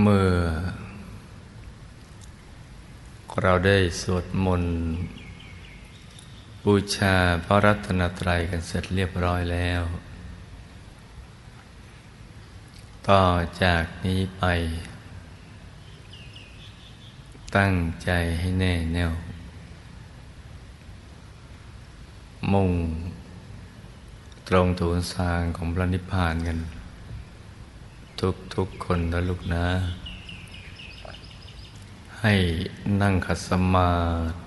มื่อเราได้สวดมนต์บูชาพระรัตนตรัยกันเสร็จเรียบร้อยแล้วต่อจากนี้ไปตั้งใจให้แน่แน่วมุ่งตรงถูนทางของพระนิพพานกันทุกคนนะลูกนะให้นั่งขัดสมาธิ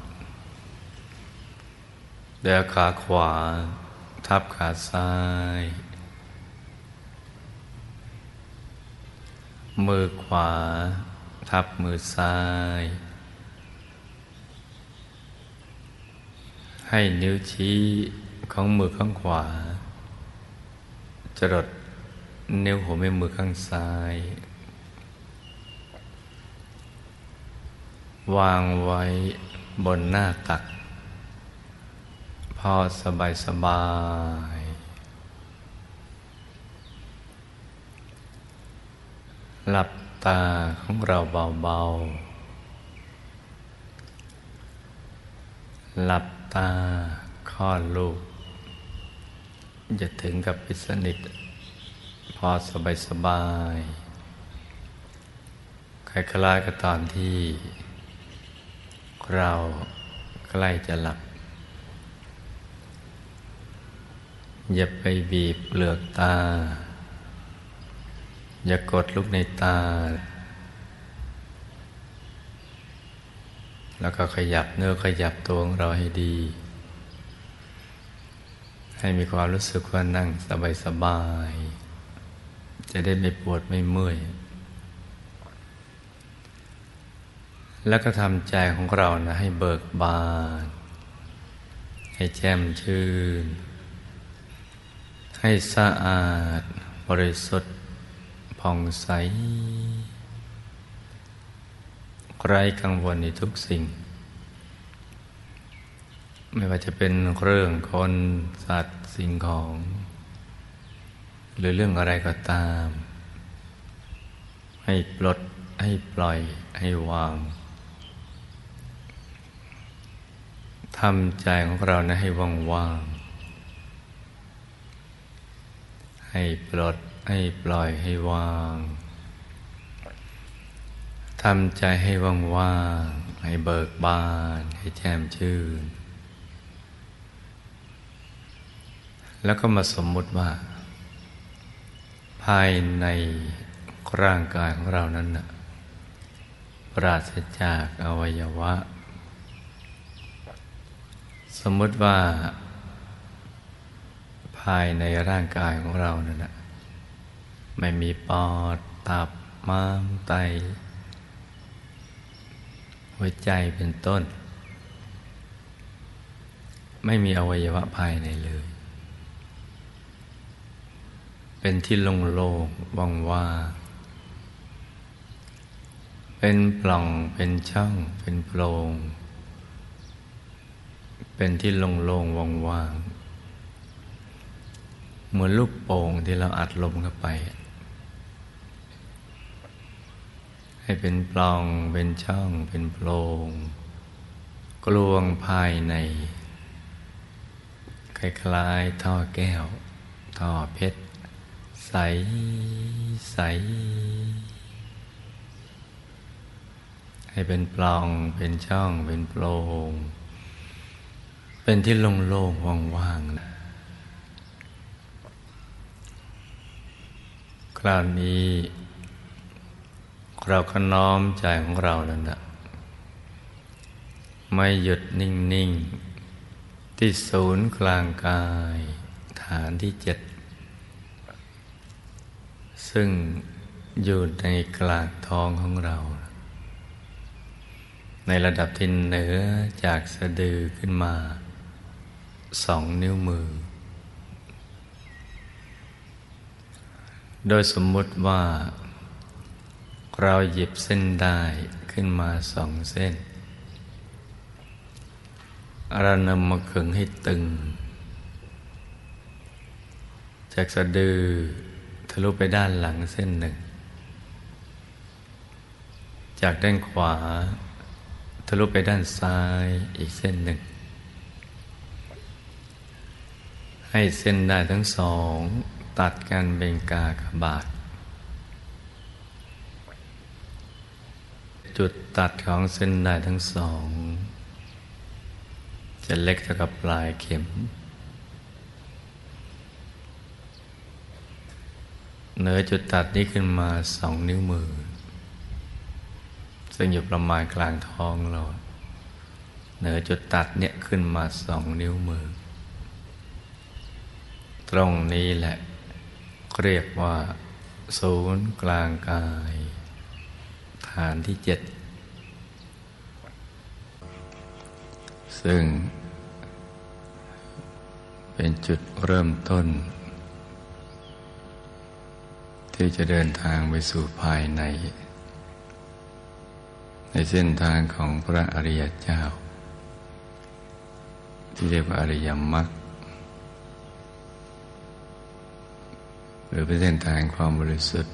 โดยขาขวาทับขาซ้ายมือขวาทับมือซ้ายให้นิ้วชี้ของมือข้างขวาจรดนิ้วหัวแม่มือข้างซ้ายวางไว้บนหน้าตักพอสบายหลับตาของเราเบาๆหลับตาคลอดลูกอย่าถึงกับปิดสนิทพอสบายคล้ายๆกับตอนที่เราใกล้จะหลับอย่าไปบีบเปลือกตาอย่ากดลูกในตาแล้วก็ขยับเนื้อขยับตัวของเราให้ดีให้มีความรู้สึกว่านั่งสบายๆจะได้ไม่ปวดไม่เมื่อยแล้วก็ทำใจของเรานะให้เบิกบานให้แจ่มชื่นให้สะอาดบริสุทธิ์ผ่องใสไร้กังวลในทุกสิ่งไม่ว่าจะเป็นเรื่องคนสัตว์สิ่งของหรือเรื่องอะไรก็ตามให้ปลดให้ปล่อยให้วางทำใจของเรานะให้ว่างๆให้ปลดให้ปล่อยให้วางทำใจให้ว่างๆให้เบิกบานให้แจ่มชื่นแล้วก็มาสมมุติว่าภายในร่างกายของเรานั้นน่ะปราศจากอวัยวะสมมุติว่าภายในร่างกายของเรานั่นน่ะไม่มีปอดตับม้ามไตหัวใจเป็นต้นไม่มีอวัยวะภายในเลยเป็นที่โล่งๆว่างๆเป็นปล่องเป็นช่องเป็นโพรงเป็นที่โล่งๆว่างๆเหมือนลูกโป่งที่เราอัดลมเข้าไปให้เป็นปล่องเป็นช่องเป็นโพรงกลวงภายในคล้ายๆท่อแก้วท่อเพชรใสใสให้เป็นปล่องเป็นช่องเป็นโพรงเป็นที่โล่งๆว่างๆนะคราวนี้เราก็น้อมใจของเรานั่นนะไม่หยุดนิ่งๆที่ศูนย์กลางกายฐานที่7ซึ่งอยู่ในกลางท้องของเราในระดับที่เหนือจากสะดือขึ้นมา2 นิ้วมือโดยสมมุติว่าเราหยิบเส้นได้ขึ้นมา2 เส้นเรานำมาขึงให้ตึงจากสะดือทะลุไปด้านหลังเส้นหนึ่งจากด้านขวาทะลุไปด้านซ้ายอีกเส้นหนึ่งให้เส้นได้ทั้งสองตัดกันเป็นกากบาทจุดตัดของเส้นได้ทั้งสองจะเล็กเท่ากับปลายเข็มเหนือจุดตัดนี้ขึ้นมา2 นิ้วมือซึ่งอยู่ประมาณกลางท้องเราเหนือจุดตัดเนี่ยขึ้นมา2 นิ้วมือตรงนี้แหละเรียกว่าศูนย์กลางกายฐานที่7ซึ่งเป็นจุดเริ่มต้นที่จะเดินทางไปสู่ภายในเส้นทางของพระอริยเจ้าที่เรียกว่าอริยมรรคหรือเป็นเส้นทางความบริสุทธิ์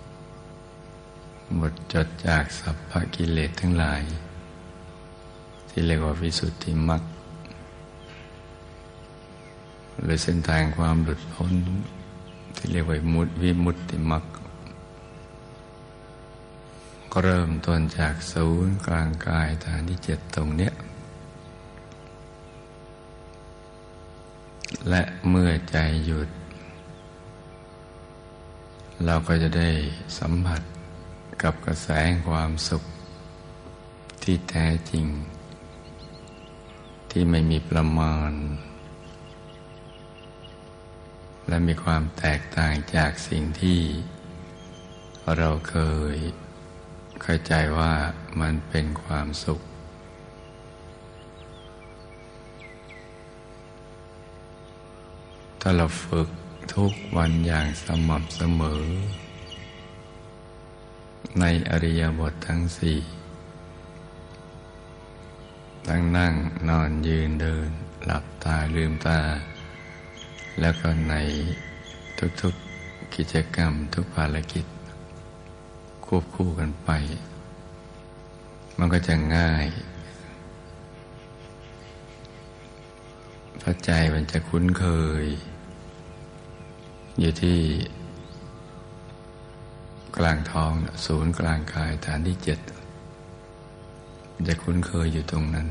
หมดจดจากสัพพกิเลสทั้งหลายที่เรียกว่าวิสุทธิมรรคหรือเส้นทางความหลุดพ้นที่เรียกว่าวิมุตติมรรคก็เริ่มต้นจากศูนย์กลางกายฐานที่7ตรงเนี้ยและเมื่อใจหยุดเราก็จะได้สัมผัสกับกระแสแห่งความสุขที่แท้จริงที่ไม่มีประมาณและมีความแตกต่างจากสิ่งที่เราเคยเข้าใจว่ามันเป็นความสุขถ้าเราฝึกทุกวันอย่างสม่ำเสมอในอริยบททั้ง4ทั้งนั่งนอนยืนเดินหลับตาลืมตาแล้วก็ในทุกๆกิจกรรมทุกภารกิจควบคู่กันไปมันก็จะง่ายเพราะใจมันจะคุ้นเคยอยู่ที่กลางท้องศูนย์กลางกายฐานที่7จะคุ้นเคยอยู่ตรงนั้น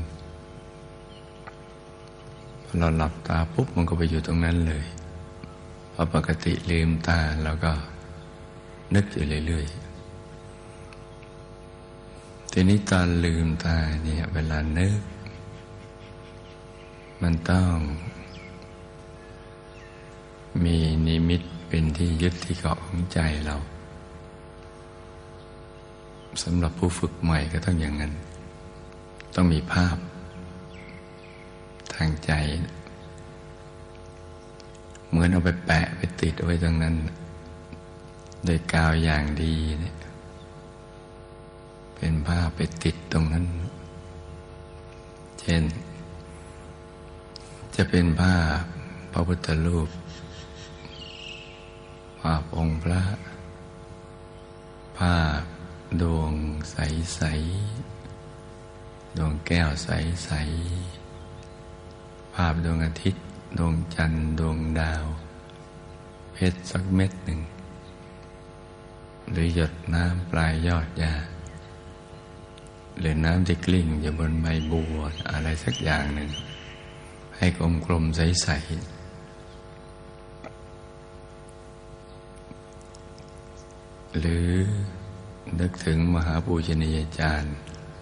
พอเราหลับตาปุ๊บมันก็ไปอยู่ตรงนั้นเลยพอปกติลืมตาแล้วก็นึกอยู่เรื่อยๆทีนี้ตอนลืมตาเนี่ยเวลานึกมันต้องมีนิมิตเป็นที่ยึดที่เกาะของใจเราสำหรับผู้ฝึกใหม่ก็ต้องอย่างนั้นต้องมีภาพทางใจเหมือนเอาไปแปะไปติดเอาไว้ตรงนั้นโดยกาวอย่างดีเนี่ยเป็นภาพไปติดตรงนั้นเช่นจะเป็นภาพพระพุทธรูปภาพองค์พระภาพดวงใสๆดวงแก้วใสๆภาพดวงอาทิตย์ดวงจันทร์ดวงดาวเพชรสักเม็ดหนึ่งหรือหยดน้ำปลายยอดหญ้าหรือน้ำที่กลิ้งอยู่บนใบบัวอะไรสักอย่างหนึ่งให้กลมๆใสๆหรือนึกถึงมหาปูชนียาจารย์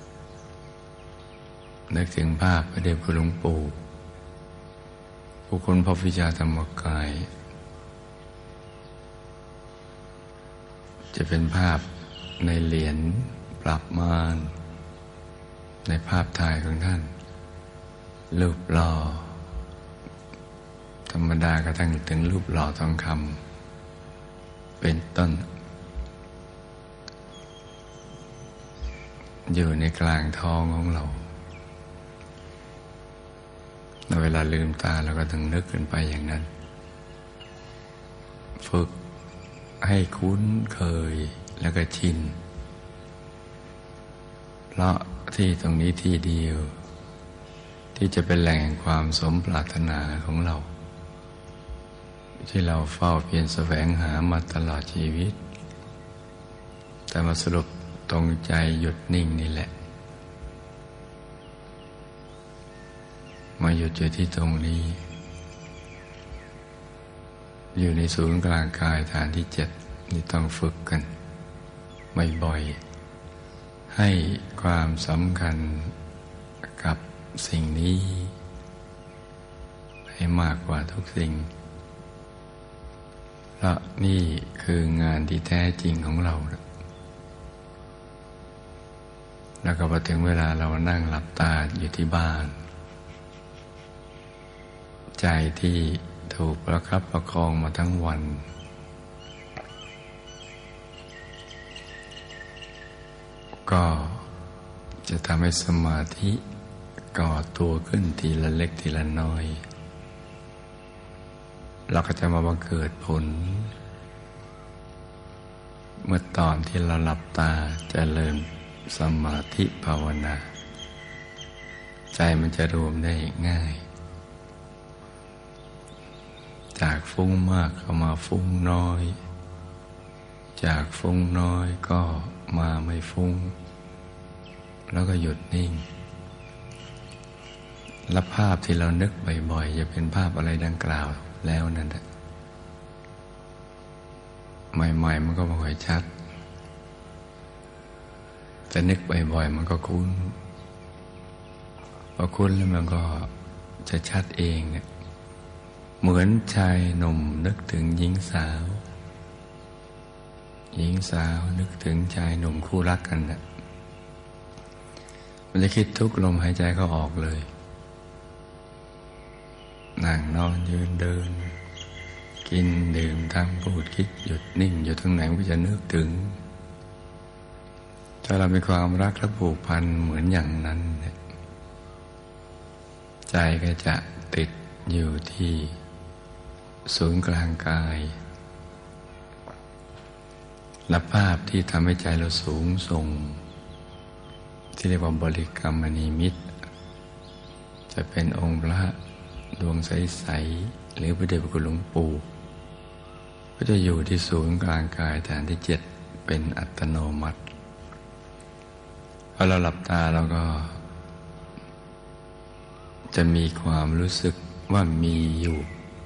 นึกถึงภาพพระเดชพระหลวงปู่ผู้ค้นพบวิชาธรรมกายจะเป็นภาพในเหรียญปรับม่านในภาพถ่ายของท่านรูปหล่อธรรมดากระทั่งถึงรูปหล่อทองคำเป็นต้นอยู่ในกลางท้องของเราเวลาลืมตาเราก็ต้องนึกขึ้นไปอย่างนั้นฝึกให้คุ้นเคยแล้วก็ชินเพราะที่ตรงนี้ที่เดียวที่จะเป็นแหล่งแห่งความสมปรารถนาของเราที่เราเฝ้าเพียรแสวงหามาตลอดชีวิตแต่มาสรุปตรงใจหยุดนิ่งนี่แหละมาหยุดอยู่ที่ตรงนี้อยู่ในศูนย์กลางกายฐานที่7นี่ต้องฝึกกันบ่อยๆให้ความสำคัญกับสิ่งนี้ให้มากกว่าทุกสิ่งเพราะนี่คืองานที่แท้จริงของเราแล้วก็พอถึงเวลาเรานั่งหลับตาอยู่ที่บ้านใจที่ถูกประคับประคองมาทั้งวันก็จะทำให้สมาธิก่อตัวขึ้นทีละเล็กทีละน้อยเราก็จะมาบังเกิดผลเมื่อตอนที่เราหลับตาเจริญสมาธิภาวนาใจมันจะรวมได้ง่ายจากฟุ้งมากก็มาฟุ้งน้อยจากฟุ้งน้อยก็มาไม่ฟุ้งแล้วก็หยุดนิ่งและภาพที่เรานึกบ่อยๆจะเป็นภาพอะไรดังกล่าวแล้วนั่นแหละใหม่ๆมันก็ไม่ค่อยชัดแต่นึกบ่อยๆมันก็คุ้นพอคุ้นแล้วมันก็จะชัดเองเนี่ยเหมือนชายหนุ่มนึกถึงหญิงสาวหญิงสาวนึกถึงชายหนุ่มคู่รักกันน่ะมันจะคิดทุกลมหายใจเขาออกเลยนั่งนอนยืนเดินกินดื่มทำพูดคิดหยุดนิ่งอยู่ตรงไหนมันก็จะนึกถึงถ้าเรามีความรักและผูกพันเหมือนอย่างนั้นใจก็จะติดอยู่ที่ศูนย์กลางกายและภาพที่ทำให้ใจเราสูงส่งที่เรียกว่าบริกรรมนิมิตจะเป็นองค์พระดวงใสๆหรือพระเดชพระคุณหลวงปู่ก็จะอยู่ที่ศูนย์กลางกายฐานที่7เป็นอัตโนมัติพอเราหลับตาเราก็จะมีความรู้สึกว่ามีอยู่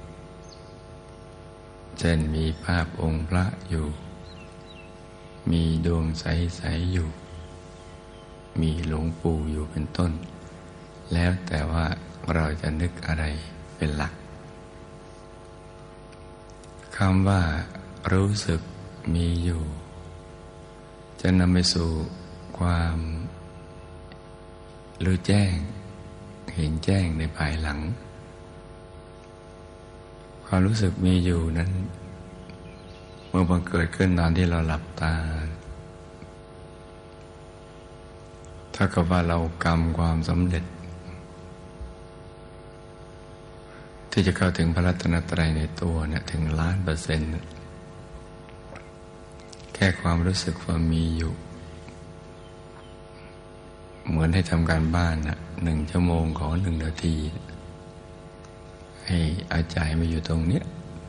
เช่นมีภาพองค์พระอยู่มีดวงใสๆอยู่มีหลวงปู่อยู่เป็นต้นแล้วแต่ว่าเราจะนึกอะไรเป็นหลักคำว่ารู้สึกมีอยู่จะนำไปสู่ความรู้แจ้งเห็นแจ้งในภายหลังความรู้สึกมีอยู่นั้นเมื่อบังเกิดขึ้นตอนที่เราหลับตาถ้ากับว่าเรากำความสำเร็จที่จะเข้าถึงพระรัตนตรัยในตัวเนี่ยถึง1,000,000%แค่ความรู้สึกว่ามีอยู่เหมือนให้ทำการบ้านน่ะ1 ชั่วโมงขอ1 นาทีให้เอาใจมาอยู่ตรงเนี้ย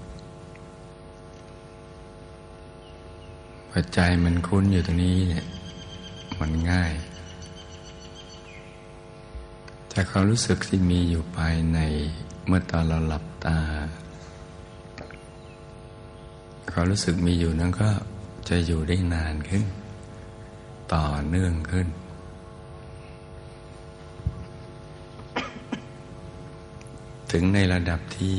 พอใจมันคุ้นอยู่ตรงนี้เนี่ยมันง่ายแต่ความรู้สึกที่มีอยู่ภายในเมื่อตอนเราหลับตาความรู้สึกมีอยู่นั้นก็จะอยู่ได้นานขึ้นต่อเนื่องขึ้นถึงในระดับที่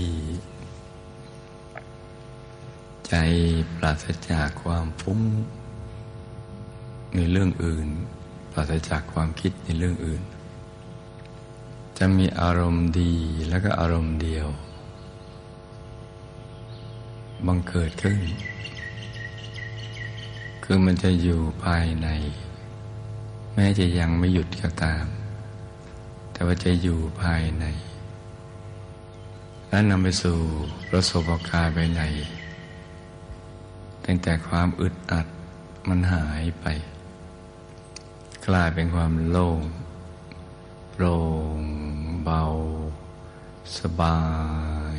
ใจปราศจากความฟุ้งในเรื่องอื่นปราศจากความคิดในเรื่องอื่นจะมีอารมณ์ดีแล้วก็อารมณ์เดียวบังเกิดขึ้นคือมันจะอยู่ภายในแม้จะยังไม่หยุดก็ตามแต่ว่าจะอยู่ภายในและนำไปสู่ประสบการณ์ภายในตั้งแต่ความอึดอัดมันหายไปกลายเป็นความโล่งโปร่งเบาสบาย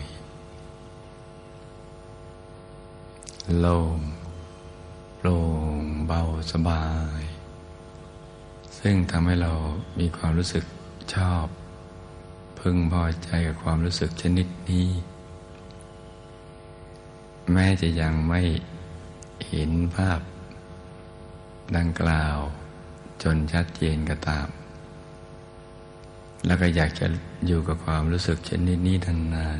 โล่งโปร่งเบาสบายซึ่งทำให้เรามีความรู้สึกชอบพึงพอใจกับความรู้สึกชนิดนี้แม้จะยังไม่เห็นภาพดังกล่าวจนชัดเจนก็ตามแล้วก็อยากจะอยู่กับความรู้สึกชนิดนี้นาน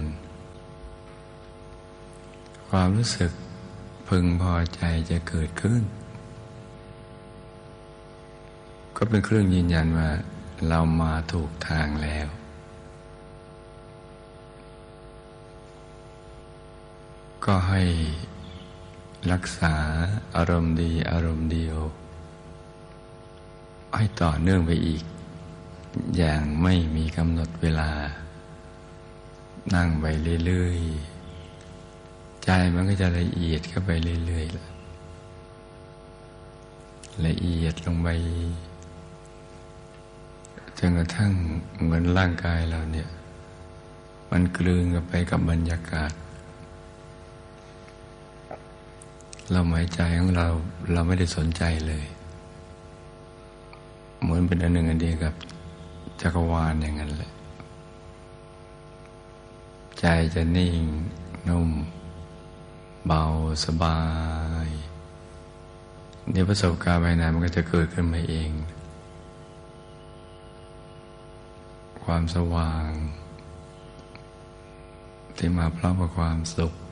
ๆความรู้สึกพึงพอใจจะเกิดขึ้นก็เป็นเครื่องยืนยันว่าเรามาถูกทางแล้วก็ให้รักษาอารมณ์ดีอารมณ์เดียวให้ต่อเนื่องไปอีกอย่างไม่มีกำหนดเวลานั่งไปเรื่อยๆใจมันก็จะละเอียดเข้าไปเรื่อยๆละเอียดลงไปจนกระทั่งเหมือนร่างกายเราเนี่ยมันกลืนกันไปกับบรรยากาศลมหายใจของเราไม่ได้สนใจเลยเหมือนเป็นอันหนึ่งอันเดียวกับจักรวาลอย่างนั้นแหละใจจะนิ่งนุ่มเบาสบายเดี๋ยวประสบการณ์ภายในมันก็จะเกิดขึ้นมาเองความสว่างที่มาพร้อมกับความสุข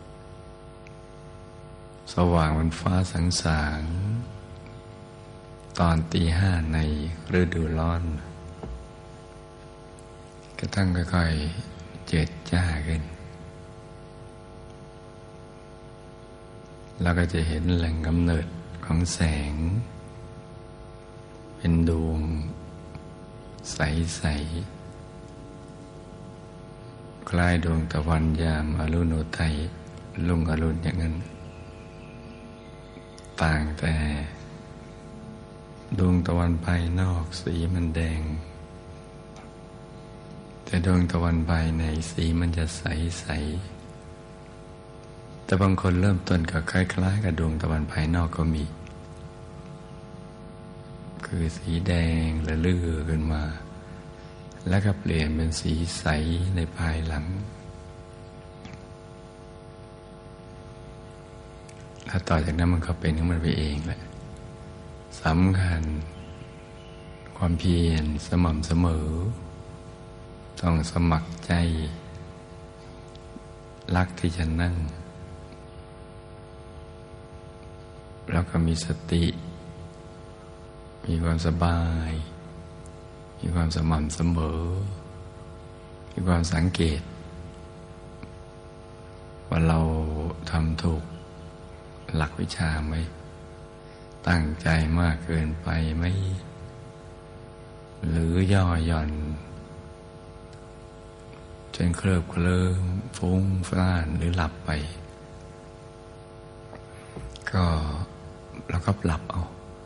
สว่างบนฟ้าสางๆตอนตี 5ในฤดูร้อนก็ตั้งค่อยๆเจิดจ้าขึ้นแล้วก็จะเห็นแหล่งกำเนิดของแสงเป็นดวงใสๆคล้ายดวงตะวันยามอรุณอุทัยรุ่งอรุณอย่างนั้นต่างแต่ดวงตะวันภายนอกสีมันแดงแต่ดวงตะวันภายในสีมันจะใสๆแต่บางคนเริ่มต้นก็คล้ายๆกับดวงตะวันภายนอกก็มีคือสีแดงละเลื่อขึ้นมาแล้วก็เปลี่ยนเป็นสีใสในภายหลังแล้วต่อจากนั้นมันก็เป็นของมันไปเองแหละสำคัญความเพียรสม่ำเสมอต้องสมัครใจรักที่จะนั่งแล้วก็มีสติมีความสบายมีความสม่ำเสมอมีความสังเกตว่าเราทำถูกหลักวิชาไหมตั้งใจมากเกินไปไหมหรือย่อหย่อนจนเคลิบเคลิ้มฟุ้งซ่านหรือหลับไปก็เราก็หลับเอา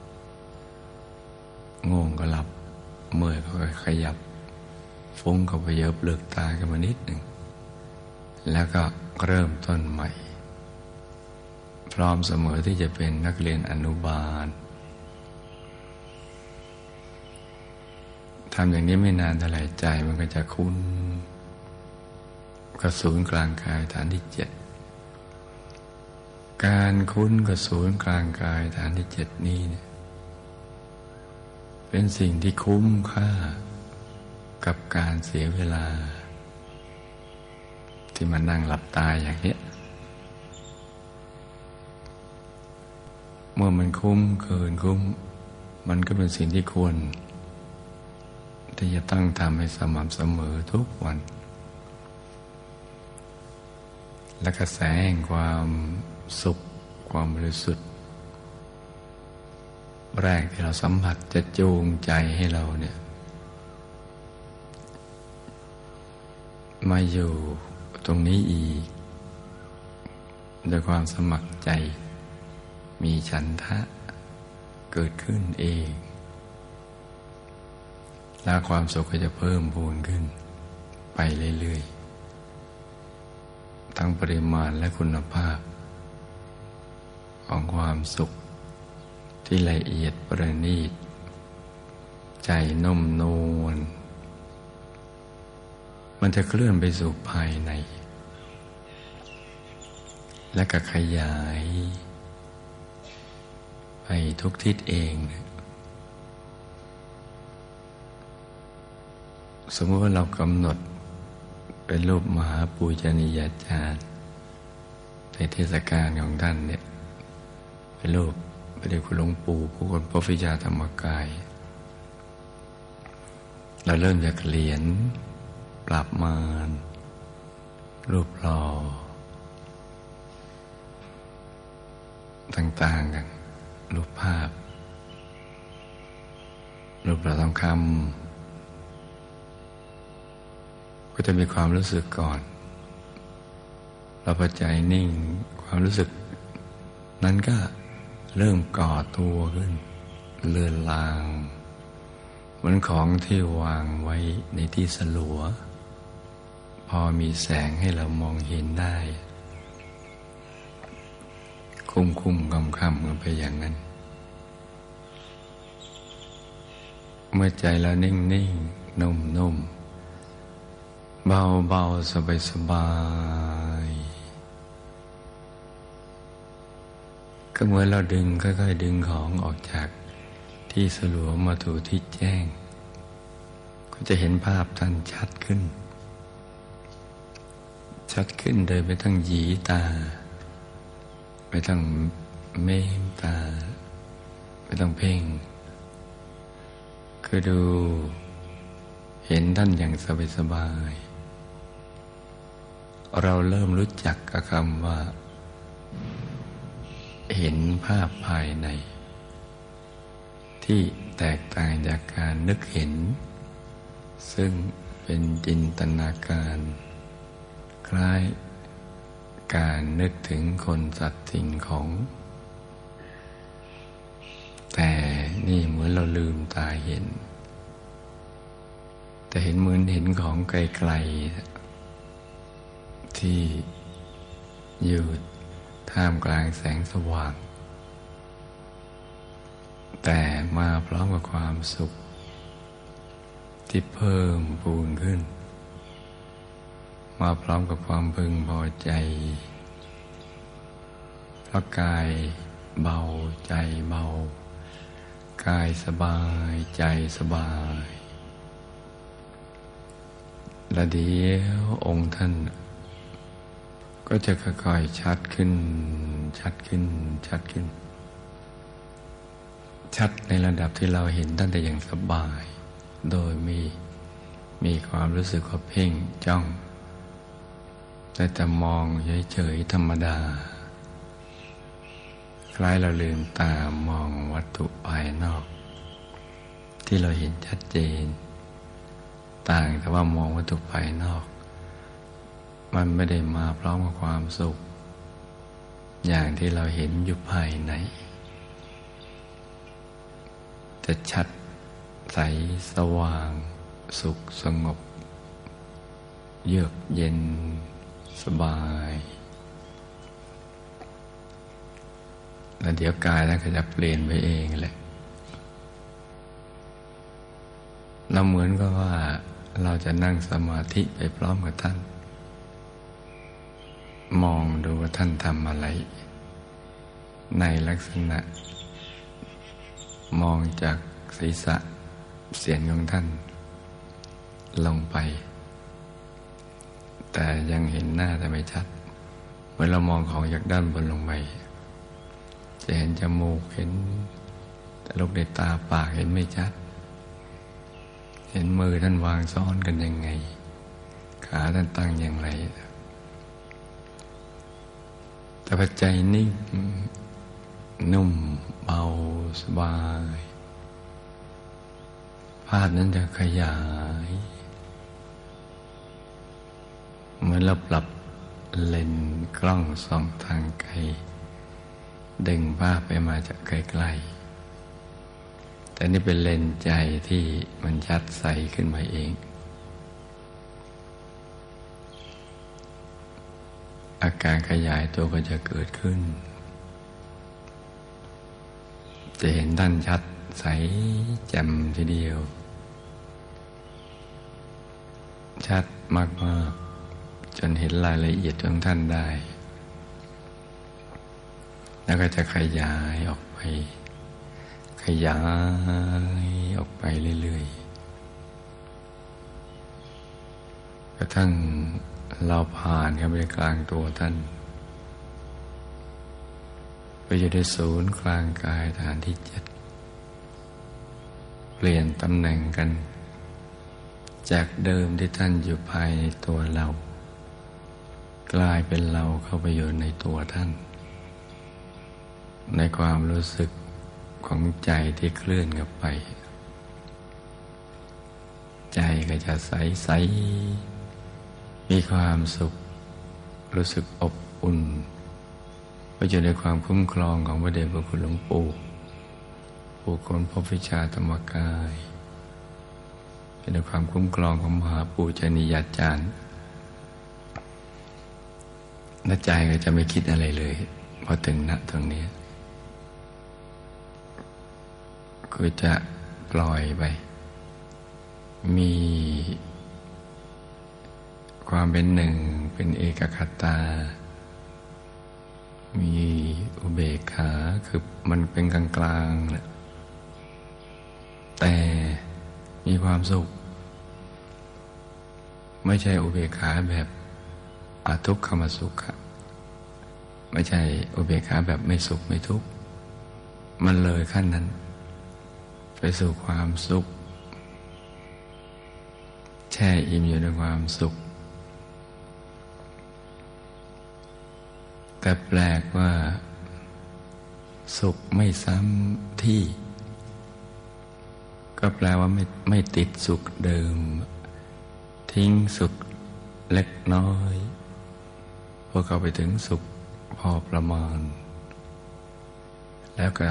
ง่วงก็หลับเมื่อยก็ขยับฟุ้งก็ไปเยิบเลือกตากันมานิดหนึ่งแล้วก็เริ่มต้นใหม่พร้อมเสมอที่จะเป็นนักเรียนอนุบาลทำอย่างนี้ไม่นานเท่าไหร่ใจมันก็จะคุ้นกับศูนย์กลางกายฐานที่ 7การคุ้นกับศูนย์กลางกายฐานที่ 7นี้เนี่ยเป็นสิ่งที่คุ้มค่ากับการเสียเวลาที่มานั่งหลับตาอย่างนี้เมื่อมันคุ้มเกินคุ้มมันก็เป็นสิ่งที่ควรที่จะต้องทำให้สม่ำเสมอทุกวันและกระแสแห่งความสุขความบริสุทธิ์แรกที่เราสัมผัสจะจูงใจให้เราเนี่ยมาอยู่ตรงนี้อีกโดยความสมัครใจมีฉันทะเกิดขึ้นเองและความสุขก็จะเพิ่มพูนขึ้นไปเรื่อยๆทั้งปริมาณและคุณภาพของความสุขที่ละเอียดประณีตใจนุ่มนวลมันจะเคลื่อนไปสู่ภายในและก็ขยายไปทุกทิศเองสมมติว่าเรากำหนดเป็นรูปมหาปูชนียาจารย์ในเทศกาลของท่านเนี่ยเป็นรูปพระเดชคุณหลวงปู่ผู้คนพบวิชาธรรมกายเราเริ่มจากเหรียญปราบมารรูปหล่อต่างๆกันรูปภาพรูปหล่อทองคำก็จะมีความรู้สึกก่อนเราพอใจนิ่งความรู้สึกนั้นก็เริ่มก่อตัวขึ้นเลือนลางเหมือนของที่วางไว้ในที่สลัวพอมีแสงให้เรามองเห็นได้คุ้มๆค่ำๆกันไปอย่างนั้นเมื่อใจเรานิ่งๆนุ่มๆเบาๆสบายๆก็เหมือนเราดึงค่อยๆดึงของออกจากที่สลัวมาถูที่แจ้งก็จะเห็นภาพท่านชัดขึ้นโดยไม่ต้องหยีตาไม่ต้องเม้มตาไม่ต้องเพ่งคือดูเห็นท่านอย่างสบายๆเราเริ่มรู้จักกับคำว่าเห็นภาพภายในที่แตกต่างจากการนึกเห็นซึ่งเป็นจินตนาการคล้ายการนึกถึงคนสัตว์สิ่งของแต่นี่เหมือนเราลืมตาเห็นแต่เห็นเหมือนเห็นของไกลๆที่อยู่ท่ามกลางแสงสว่างแต่มาพร้อมกับความสุขที่เพิ่มพูนขึ้นมาพร้อมกับความพึงพอใจเพราะกายเบาใจเบากายสบายใจสบายและเดี๋ยวองค์ท่านก็จะค่อยๆชัดขึ้นชัดในระดับที่เราเห็นท่านได้อย่างสบายโดยมีความรู้สึกว่าเพ่งจ้องแต่มองเฉยๆธรรมดาคล้ายเราลืมตามองวัตถุภายนอกที่เราเห็นชัดเจนต่างแต่ว่ามองวัตถุภายนอกมันไม่ได้มาพร้อมกับความสุขอย่างที่เราเห็นอยู่ภายในจะชัดใสสว่างสุขสงบเยือกเย็นสบายแล้วเดี๋ยวกายนั้นก็จะเปลี่ยนไปเองแหละเราเหมือนกับว่าเราจะนั่งสมาธิไปพร้อมกับท่านมองดูว่าท่านทำอะไรในลักษณะมองจากศีรษะเสียนของท่านลงไปแต่ยังเห็นหน้าแต่ไม่ชัดเมื่อเรามองของจากด้านบนลงไปจะเห็นจมูกเห็นแต่ลูกในตาปากเห็นไม่ชัดเห็นมือท่านวางซ้อนกันยังไงขาท่านตั้งอย่างไรแต่ปัจจัยนิ่งนุ่มเบาสบายภาพนั้นจะขยายเหมือนเราปรับเลนส์กล้องส่องทางไกลดึงภาพไปมาจากไกลๆแต่นี่เป็นเลนส์ใจที่มันชัดใสขึ้นมาเองอาการขยายตัวก็จะเกิดขึ้นจะเห็นท่านชัดใสแจ่มทีเดียวชัดมากๆจนเห็นรายละเอียดของท่านได้แล้วก็จะขยายออกไปขยายออกไปเรื่อยๆกระทั่งเราผ่านเข้าไปกลางตัวท่านไปอยู่ในศูนย์กลางกายฐานที่ 7เปลี่ยนตำแหน่งกันจากเดิมที่ท่านอยู่ภายในตัวเรากลายเป็นเราเข้าไปอยู่ในตัวท่านในความรู้สึกของใจที่เคลื่อนกับไปใจก็จะใสๆมีความสุขรู้สึกอบอุ่นก็อยู่ในความคุ้มครองของพระเดชพระคุณหลวงปู่ผู้ค้นพบวิชาธรรมกายเป็นในความคุ้มครองของมหาปูชนียาจารย์และใจก็จะไม่คิดอะไรเลยพอถึงณตรงนี้คือจะปล่อยไปมีความเป็นหนึ่งเป็นเอกคตามีอุเบกขาคือมันเป็นกลางๆแหละแต่มีความสุขไม่ใช่อุเบกขาแบบอทุกขมสุขะไม่ใช่อุเบกขาแบบไม่สุขไม่ทุกข์มันเลยขั้นนั้นไปสู่ความสุขแช่อิ่มอยู่ในความสุขแต่แปลกว่าสุขไม่ซ้ำที่ก็แปลว่าไม่ติดสุขเดิมทิ้งสุขเล็กน้อยพอเข้าไปถึงสุขพอประมาณแล้วก็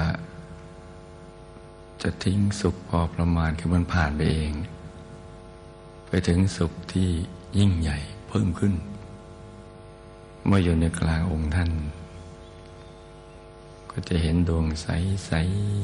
จะทิ้งสุขพอประมาณคือมันผ่านไปเองไปถึงสุขที่ยิ่งใหญ่เพิ่มขึ้นเมื่ออยู่ในกลางองค์ท่านก็จะเห็นดวงใส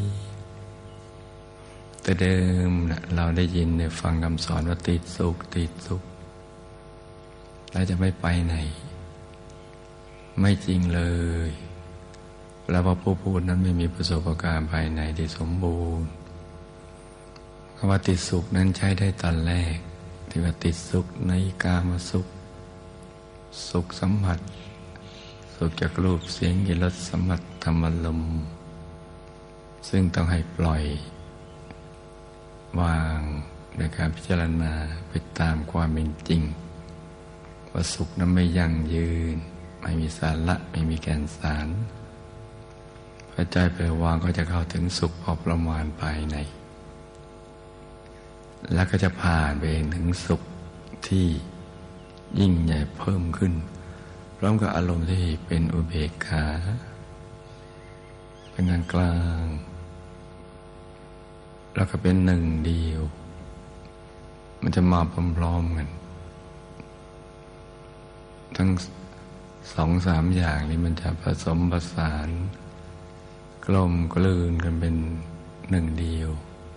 ๆแต่เดิมเราได้ยินได้ฟังคำสอนว่าติดสุขติดสุขแล้วจะไม่ไปไหนไม่จริงเลยแล้วพอผู้พูดนั้นไม่มีประสบการณ์ภายในที่สมบูรณ์คำว่าติดสุขนั้นใช้ได้ตอนแรกที่ว่าติดสุขในกามสุขสุขสัมผัสสุขจากรูปเสียงกลิ่นรสสัมผัสธรรมารมณ์ซึ่งต้องให้ปล่อยวางในการพิจารณาไปตามความเป็นจริงว่าสุขนั้นไม่ยั่งยืนไม่มีสาระไม่มีแก่นสารพอใจไปวางก็จะเข้าถึงสุขพอประมาณภายในแล้วก็จะผ่านไปเองถึงสุขที่ยิ่งใหญ่เพิ่มขึ้นพร้อมกับอารมณ์ที่เป็นอุเบกขาเป็นกลางแล้วก็เป็นหนึ่งเดียวมันจะมาพร้อมๆกันทั้ง2-3อย่างนี้มันจะผสมผสานกลมกลืนกันเป็นหนึ่งเดียว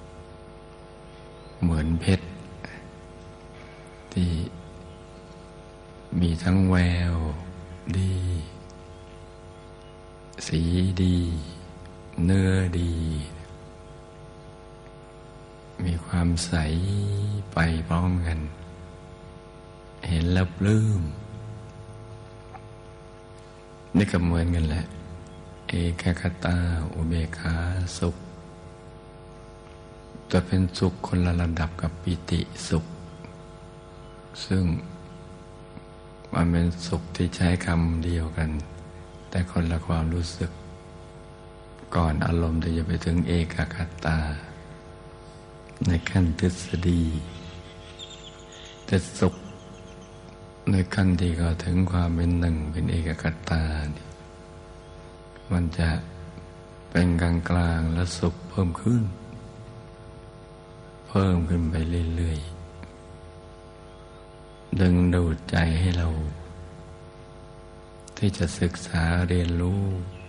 เหมือนเพชรที่มีทั้งแววดีสีดีเนื้อดีมีความใสไปพร้อมกันเห็นแล้วปลื้มนี่ก็เหมือนกันแหละเอกคตาอุเบกขาสุขจะเป็นสุขคนละระดับกับปิติสุขซึ่งมันเป็นสุขที่ใช้คำเดียวกันแต่คนละความรู้สึกก่อนอารมณ์ที่จะไปถึงเอกคตาในขั้นทฤษฎีแต่สุขในขั้นที่ก็ถึงความเป็นหนึ่งเป็นเอกคตามันจะเป็นกลางๆและสุขเพิ่มขึ้นเพิ่มขึ้นไปเรื่อยๆดึงดูดใจให้เราที่จะศึกษาเรียนรู้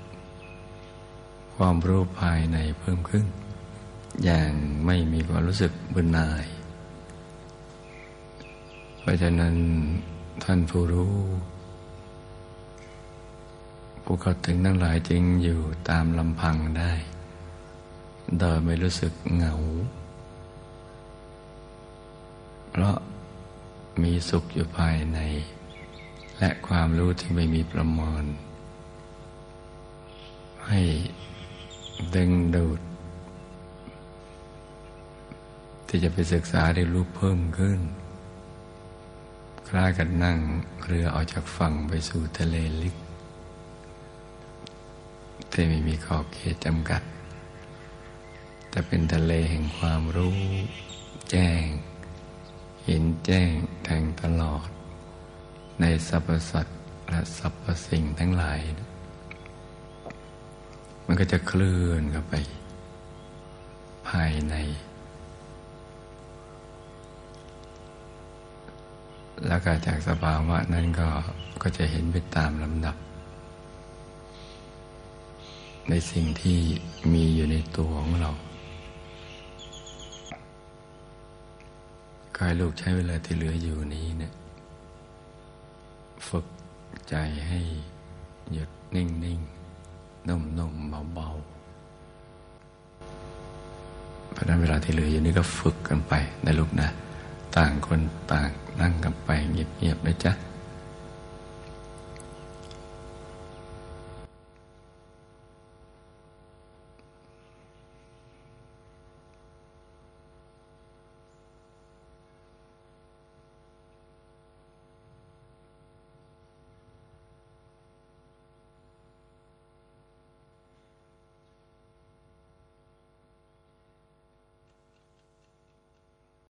ความรู้ภายในเพิ่มขึ้นอย่างไม่มีความรู้สึกเบื่อหน่ายเพราะฉะนั้นท่านผู้รู้ผู้เข้าถึงทั้งหลายจึงอยู่ตามลำพังได้โดยไม่รู้สึกเหงาเพราะมีสุขอยู่ภายในและความรู้ที่ไม่มีประมาณให้ดึงดูดที่จะไปศึกษาได้รู้เพิ่มขึ้นคล้ายกับนั่งเรือออกจากฝั่งไปสู่ทะเลลึกที่ไม่มีขอบเขตจำกัดแต่เป็นทะเลแห่งความรู้แจ้งเห็นแจ้งแทงตลอดในสรรพสัตว์และสรรพสิ่งทั้งหลายมันก็จะเคลื่อนเข้าไปภายในแล้วก็จากสภาวะนั้นก็จะเห็นไปตามลำดับในสิ่งที่มีอยู่ในตัวของเรากายลูกใช้เวลาที่เหลืออยู่นี้เนี่ยฝึกใจให้หยุดนิ่งๆนุ่มๆเบาๆเพราะนั้นเวลาที่เหลืออยู่นี้ก็ฝึกกันไปนะลูกนะต่างคนต่างนั่งกันไปเงียบๆนะจ๊ะ